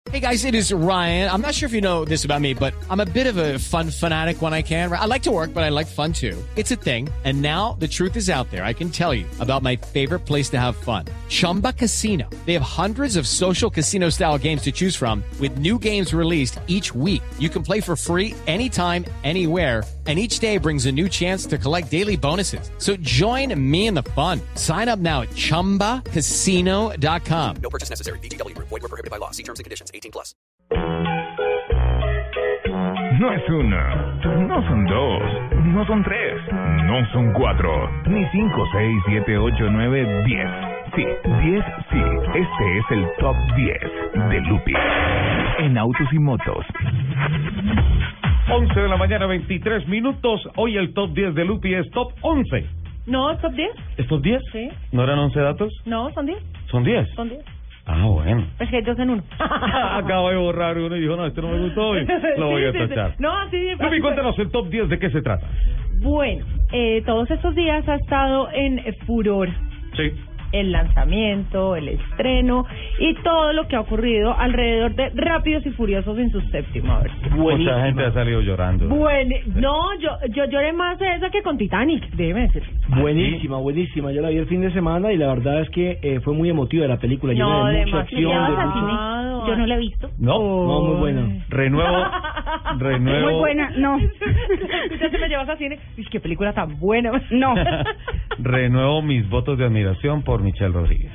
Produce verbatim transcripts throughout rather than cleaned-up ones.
Hey guys, it is Ryan. I'm not sure if you know this about me, but I'm a bit of a fun fanatic when I can. I like to work, but I like fun too. It's a thing. And now the truth is out there. I can tell you about my favorite place to have fun. Chumba Casino. They have hundreds of social casino style games to choose from with new games released each week. You can play for free anytime, anywhere. And each day brings a new chance to collect daily bonuses. So join me in the fun. Sign up now at chumba casino dot com. No purchase necessary. V G W. Void where prohibited by law. See terms and conditions. eighteen plus. No es una, no son dos, no son tres, no son cuatro, ni cinco, seis, siete, ocho, nueve, diez. Sí, diez, sí. Este es el Top diez de Lupi en Autos y Motos. once de la mañana, veintitrés minutos. Hoy el Top diez de Lupi es Top once. No, ¿top diez? ¿Es Top diez? Sí. ¿No eran once datos? No, son diez. ¿Son diez? Son diez. Ah, bueno. Es que hay dos en uno. Acabo de borrar uno y dijo, no, este no me gustó hoy. Lo voy Sí, a sí, sí. tachar. No, sí. Lupi, cuéntanos el Top diez, ¿de qué se trata? Bueno, eh, todos estos días ha estado en eh, furor Sí. el lanzamiento, el estreno y todo lo que ha ocurrido alrededor de Rápidos y Furiosos en su séptima versión. Mucha gente ha salido llorando. Bueno, no, yo yo lloré más de esa que con Titanic, déjeme decir. Buenísima, buenísima. Yo la vi el fin de semana y la verdad es que eh, fue muy emotiva la película. No, llena de mucha demasiado. acción. ¿Me De llevas al mucho... cine? Yo no la he visto. No, No, muy buena. renuevo, renuevo. Muy buena, no. ¿Ya te me llevas al cine? Uy, qué película tan buena. No. Renuevo mis votos de admiración por Michelle Rodríguez.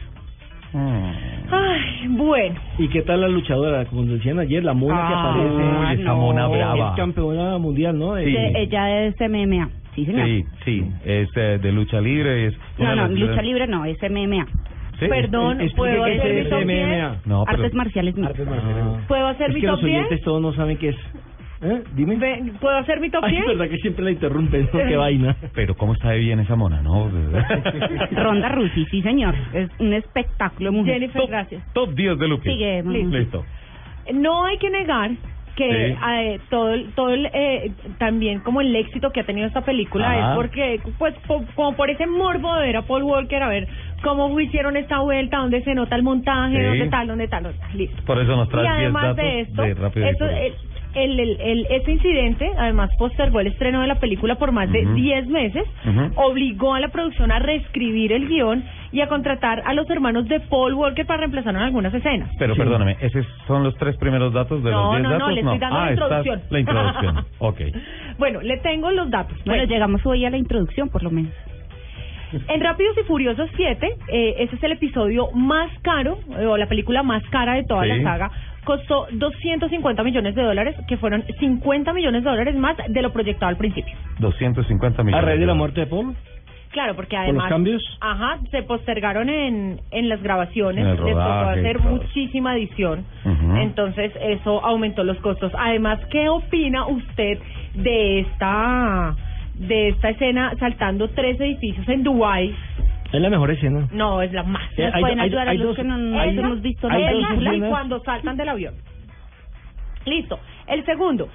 Ay, bueno. ¿Y qué tal la luchadora? Como decían ayer, la mona Ah, que aparece. Uy, esa mona brava. Es campeona mundial, ¿no? Sí. De- ella es M M A. Sí, señor. Sí, sí, es eh, de lucha libre. Es una No, de no, las lucha líderes- libre no, es M M A. Sí. Perdón, Explique ¿puedo qué hacer es mi top M M A. diez? No, pero Artes marciales mixtas. Artes marciales. Ah. ¿Puedo hacer Es mi que top los oyentes diez? todos no saben qué es. ¿Eh? Dime. Ve, ¿Puedo hacer mi top Ay, diez? es verdad que siempre la interrumpen, ¿no? Qué vaina. Pero ¿cómo está de bien esa mona, no? Ronda Rousey, sí, señor. Es un espectáculo de mujer. Jennifer, top, gracias. top diez de Lupi. Sigue, Listo. Listo. No hay que negar que Sí. eh, todo el- todo el, eh, también como el éxito que ha tenido esta película Ajá. es porque pues po- como por ese morbo de ver a Paul Walker, a ver cómo hicieron esta vuelta, dónde se nota el montaje, Sí. dónde tal, dónde tal, dónde tal. Listo. Por eso nos Y trae diez además datos de esto, de Rápido y eso, Furioso. el, el, el, el- ese incidente además postergó el estreno de la película por más de Ujú. diez meses, Ujú. obligó a la producción a reescribir el guión y a contratar a los hermanos de Paul Walker para reemplazar en algunas escenas. Pero Sí. perdóname, ¿esos son los tres primeros datos de No, los diez no, no, datos? le estoy dando ah, la está introducción. la introducción. Ok. Bueno, le tengo los datos. Bueno, Bueno, llegamos hoy a la introducción, por lo menos. en Rápidos y Furiosos siete, eh, ese es el episodio más caro, eh, o la película más cara de toda Sí. la saga. Costó doscientos cincuenta millones de dólares, que fueron cincuenta millones de dólares más de lo proyectado al principio. doscientos cincuenta A millones. raíz de la dólares. muerte de Paul. Claro, porque ¿Por además... los cambios? Ajá, se postergaron en, en las grabaciones, En el les tocó rodaje y hacer todo. muchísima edición, Ujú. entonces eso aumentó los costos. Además, ¿qué opina usted de esta de esta escena saltando tres edificios en Dubái? Es la mejor escena. No, es la más. Eh, ¿Nos hay- pueden hay- ayudar a hay los dos- que no, no hay- hemos visto hay la dos Ella y película? escenas. cuando saltan del avión. Listo. El segundo.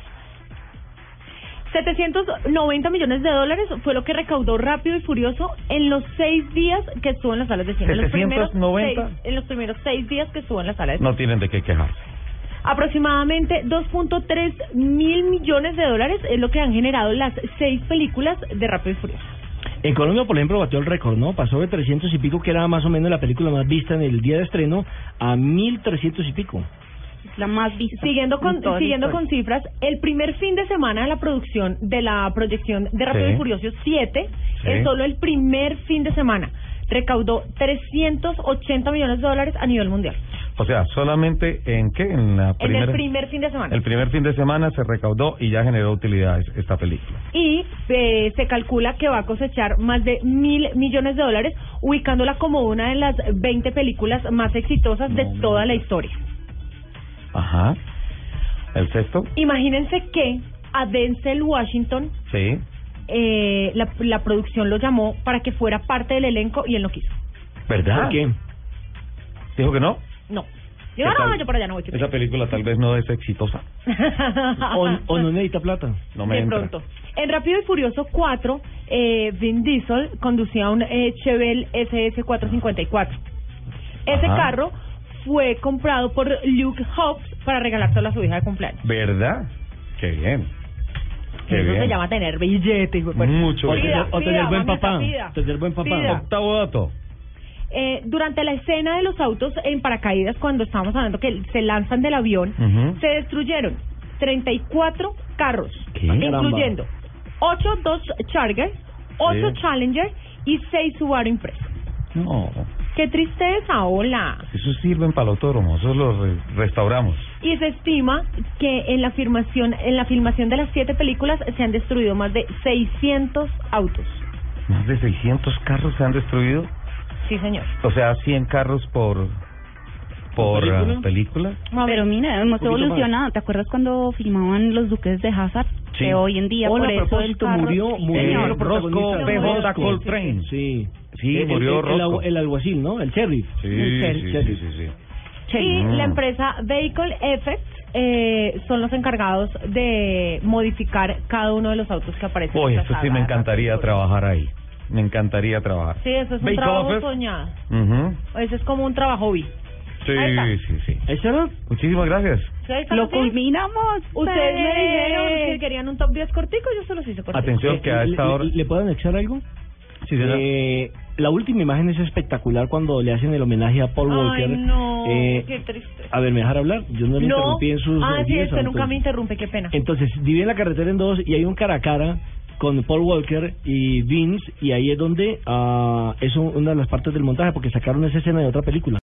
setecientos noventa millones de dólares fue lo que recaudó Rápido y Furioso en los seis días que estuvo en las salas de cine. En los primeros setecientos noventa. seis- en los primeros seis días que estuvo en las salas de cine. No tienen de qué quejarse. Aproximadamente dos punto tres mil millones de dólares es lo que han generado las seis películas de Rápido y Furioso. En Colombia, por ejemplo, batió el récord, ¿no? Pasó de trescientos y pico, que era más o menos la película más vista en el día de estreno, a mil trescientos y pico. Es la más vista. Siguiendo con en toda la siguiendo historia. con cifras, el primer fin de semana de la producción de la proyección de Rápido Sí. y Furioso siete, Sí. en solo el primer fin de semana recaudó trescientos ochenta millones de dólares a nivel mundial. O sea, solamente en qué? En la En primera... el primer fin de semana. El primer fin de semana se recaudó y ya generó utilidades esta película. Y eh, se calcula que va a cosechar más de mil millones de dólares, ubicándola como una de las veinte películas más exitosas de toda la historia. Ajá. ¿El sexto? Imagínense que a Denzel Washington Sí. eh, la, la producción lo llamó para que fuera parte del elenco y él no quiso. ¿Verdad? ¿Por qué? ¿Dijo que no? No. ¿Qué Yo, no, tal? yo para allá no voy. qué Esa película tal vez no es exitosa. O, o no necesita plata. No me de entra. pronto. En Rápido y Furioso cuatro, eh, Vin Diesel conducía un eh, Chevelle S S cuatrocientos cincuenta y cuatro. Ese Ajá. carro fue comprado por Luke Hobbs para regalárselo a su hija de cumpleaños. ¿Verdad? Qué bien. Qué Eso bien. se llama tener billete. hijo de puerta. Mucho O bien. tener, o tener pida, buen mamita, papá. pida. Tener buen papá. Pida. Octavo dato. Eh, durante la escena de los autos en paracaídas, cuando estábamos hablando que se lanzan del avión, Ujú. se destruyeron treinta y cuatro carros, ¿Qué? incluyendo ocho Dodge Charger, ocho Sí. Challenger y seis Subaru Impreza. No, ¡Qué tristeza! ¡Hola! eso sirven para el autódromo, eso lo re- restauramos. Y se estima que en la filmación, en la filmación de las siete películas se han destruido más de seiscientos autos. Más de seiscientos carros se han destruido. Sí, señor. O sea, cien carros por por película? ah, película. Pero mira, hemos Un poquito evolucionado. ¿Te acuerdas cuando filmaban Los Duques de Hazard? Sí. Que hoy en día, Hola, por a eso el propósito, carro... murió, Sí, murió señor. el protagonista Roscoe de P J Roscoe. Coltrane. Sí. Sí, El- murió el, el, Roscoe. el alguacil, ¿no? El sheriff. Sí, El sí, Chelsea. sí, sí, sí. Y Mm. la empresa Vehicle Effects eh, son los encargados de modificar cada uno de los autos que aparecen. Uy, en la eso sí saga. me encantaría trabajar ahí. Me encantaría trabajar. Sí, eso es un Vehicle trabajo Effects. soñado. Ujú. Eso es como un trabajo B. Sí, Ahí está. sí, sí. ¿Eso era? Muchísimas gracias. ¿Sí, ahí está, Lo sí? culminamos. Ustedes me dijeron que que querían un top diez cortico, yo se los hice cortico. Atención, que a Eh, esta le- hora... le, ¿Le puedo anexar algo? Sí, señor. Eh, la última imagen es espectacular cuando le hacen el homenaje a Paul Ay, Walker. no, Eh, qué triste. A ver, ¿me dejar hablar? Yo no le No, interrumpí en sus ah, sí, diez usted nunca autos. me interrumpe, qué pena. Entonces, dividen la carretera en dos y hay un cara a cara con Paul Walker y Vince, y ahí es donde ah, es un- una de las partes del montaje, porque sacaron esa escena de otra película.